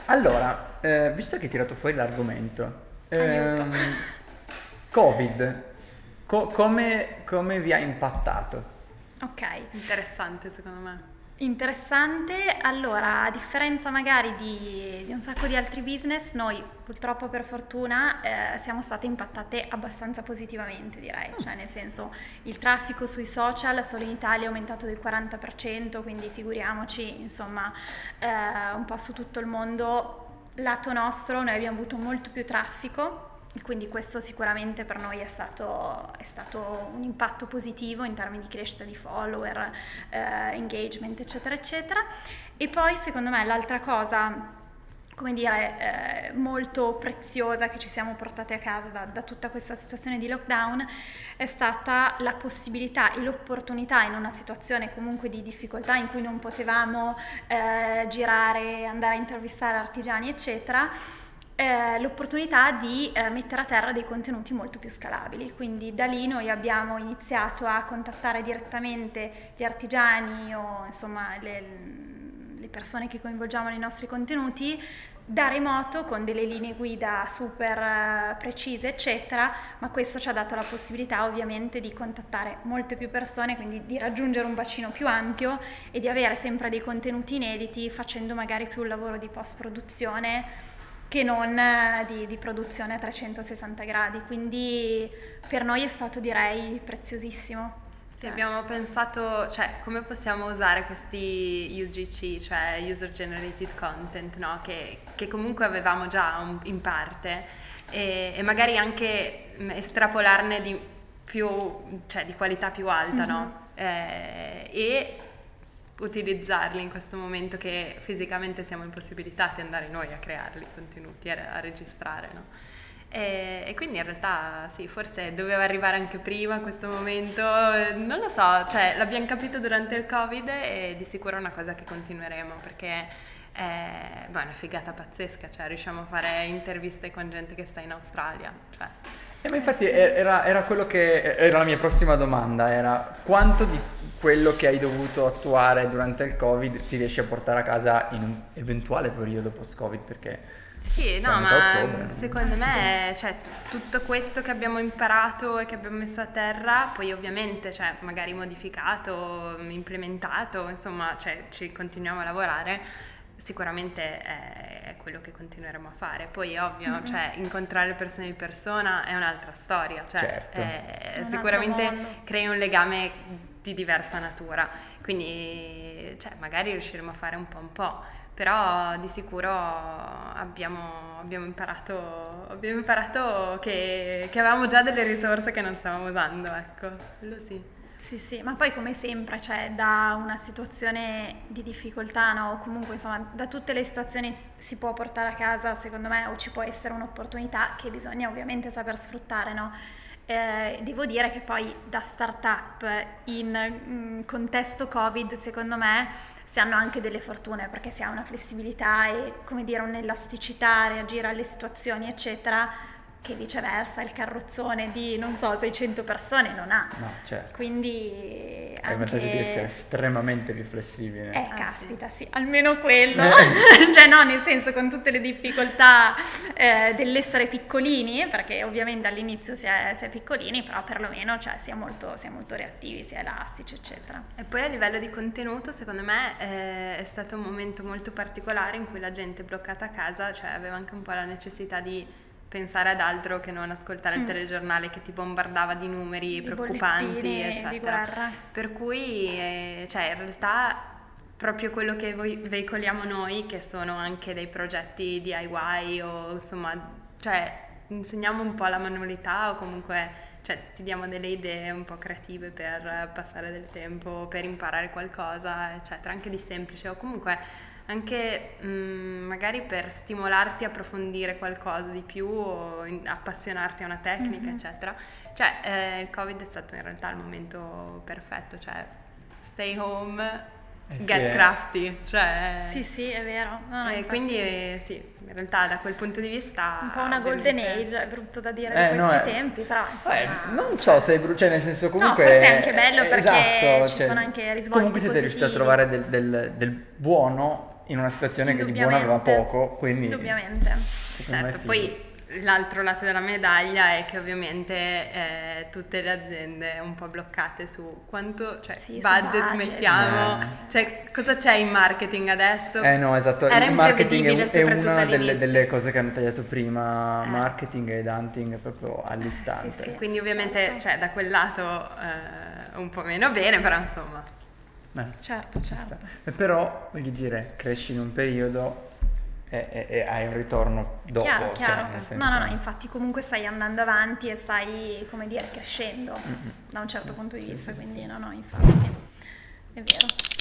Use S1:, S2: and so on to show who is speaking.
S1: Allora, visto che hai tirato fuori l'argomento,
S2: Aiuto.
S1: Covid, come vi ha impattato?
S2: Ok,
S3: Interessante secondo me.
S2: interessante. Allora, a differenza magari di un sacco di altri business, noi purtroppo per fortuna siamo state impattate abbastanza positivamente, direi. Cioè, nel senso, il traffico sui social solo in Italia è aumentato del 40%, quindi figuriamoci, insomma, un po' su tutto il mondo. Lato nostro, noi abbiamo avuto molto più traffico. E quindi questo sicuramente per noi è stato un impatto positivo in termini di crescita di follower, engagement, eccetera, eccetera. E poi secondo me l'altra cosa, come dire, molto preziosa che ci siamo portate a casa da tutta questa situazione di lockdown è stata la possibilità e l'opportunità in una situazione comunque di difficoltà in cui non potevamo girare, andare a intervistare artigiani, eccetera, l'opportunità di mettere a terra dei contenuti molto più scalabili. Quindi da lì noi abbiamo iniziato a contattare direttamente gli artigiani o insomma le persone che coinvolgiamo nei nostri contenuti da remoto con delle linee guida super precise, eccetera, ma questo ci ha dato la possibilità ovviamente di contattare molte più persone, quindi di raggiungere un bacino più ampio e di avere sempre dei contenuti inediti, facendo magari più un lavoro di post-produzione che non di produzione a 360 gradi, quindi per noi è stato, direi, preziosissimo.
S3: Sì, abbiamo pensato, cioè, come possiamo usare questi UGC, cioè User Generated Content, no? Che comunque avevamo già in parte e magari anche estrapolarne di più, cioè di qualità più alta, no? E utilizzarli in questo momento che fisicamente siamo impossibilitati di andare noi a crearli, i contenuti, a registrare, no? E quindi in realtà sì, forse doveva arrivare anche prima questo momento, non lo so, cioè l'abbiamo capito durante il Covid e di sicuro è una cosa che continueremo perché è una figata pazzesca, cioè riusciamo a fare interviste con gente che sta in Australia, cioè.
S1: Ma infatti era quello che era la mia prossima domanda, era quanto di quello che hai dovuto attuare durante il Covid ti riesci a portare a casa in un eventuale periodo post-Covid, perché
S3: Sì, no,
S1: siamo a metà
S3: ma
S1: ottobre, no?
S3: secondo me, cioè, tutto questo che abbiamo imparato e che abbiamo messo a terra, poi ovviamente, cioè, magari modificato, implementato, insomma, cioè, ci continuiamo a lavorare, sicuramente è quello che continueremo a fare. Poi è ovvio, cioè, incontrare le persone di persona è un'altra storia, cioè,
S1: Certo.
S2: È un
S3: sicuramente
S2: altro mondo.
S3: crei un legame di diversa natura, quindi, cioè, magari riusciremo a fare un po'. Però di sicuro abbiamo imparato che avevamo già delle risorse che non stavamo usando, ecco, quello sì.
S2: Sì, ma poi come sempre, cioè da una situazione di difficoltà, no? O comunque insomma da tutte le situazioni si può portare a casa, secondo me, o ci può essere un'opportunità che bisogna ovviamente saper sfruttare, no? Devo dire che poi da startup in contesto Covid, secondo me, si hanno anche delle fortune perché si ha una flessibilità e, come dire, un'elasticità a reagire alle situazioni, eccetera, che viceversa il carrozzone di, non so, 600 persone non ha.
S1: No, certo.
S2: Quindi
S1: Hai il vantaggio di essere estremamente più flessibile.
S2: caspita, sì, almeno quello. Cioè no, nel senso, con tutte le difficoltà dell'essere piccolini, perché ovviamente all'inizio si è piccolini, però perlomeno, cioè, si è molto reattivi, si è elastici, eccetera.
S3: E poi a livello di contenuto, secondo me è stato un momento molto particolare in cui la gente bloccata a casa, cioè aveva anche un po' la necessità di pensare ad altro che non ascoltare il telegiornale che ti bombardava di numeri
S2: Di
S3: preoccupanti,
S2: bollettini,
S3: eccetera.
S2: di guerra.
S3: Per cui, cioè, in realtà proprio quello che veicoliamo noi, che sono anche dei progetti DIY o insomma, cioè, insegniamo un po' la manualità o comunque, cioè, ti diamo delle idee un po' creative per passare del tempo, per imparare qualcosa, eccetera, anche di semplice o comunque anche magari per stimolarti a approfondire qualcosa di più o appassionarti a una tecnica, eccetera. Cioè, il Covid è stato in realtà il momento perfetto, cioè stay home, get crafty, cioè.
S2: Sì, è vero. No, infatti,
S3: quindi sì, in realtà da quel punto di vista
S2: un po' una golden age, è brutto da dire di
S1: no,
S2: questi tempi, però insomma.
S1: Non so se è brutto, cioè nel senso comunque...
S2: No, forse è anche bello perché
S1: esatto,
S2: ci
S1: cioè,
S2: sono anche risvolti
S1: comunque siete riusciti a
S2: positivi.
S1: trovare del buono in una situazione che di buono aveva poco, quindi
S2: indubbiamente.
S1: secondo me è
S3: Certo,
S1: figo.
S3: poi l'altro lato della medaglia è che ovviamente tutte le aziende un po' bloccate su quanto, cioè,
S2: Sì, su
S3: budget
S2: budget.
S3: mettiamo, cioè cosa c'è in marketing adesso?
S1: No, esatto,
S3: Era
S1: il marketing
S3: imprevedibile,
S1: è
S3: soprattutto
S1: una
S3: all'inizio.
S1: delle cose che hanno tagliato prima, marketing e hunting proprio all'istante.
S2: Sì, sì.
S3: Quindi ovviamente
S2: Certo.
S3: cioè, da quel lato un po' meno bene, però insomma.
S2: Certo,
S1: Ci
S2: certo.
S1: sta. Però, voglio dire, cresci in un periodo e hai un ritorno dopo.
S2: Chiaro,
S1: cioè,
S2: chiaro.
S1: nel senso-
S2: No, infatti comunque stai andando avanti e stai, come dire, crescendo da un certo punto di vista, quindi no, infatti, è vero.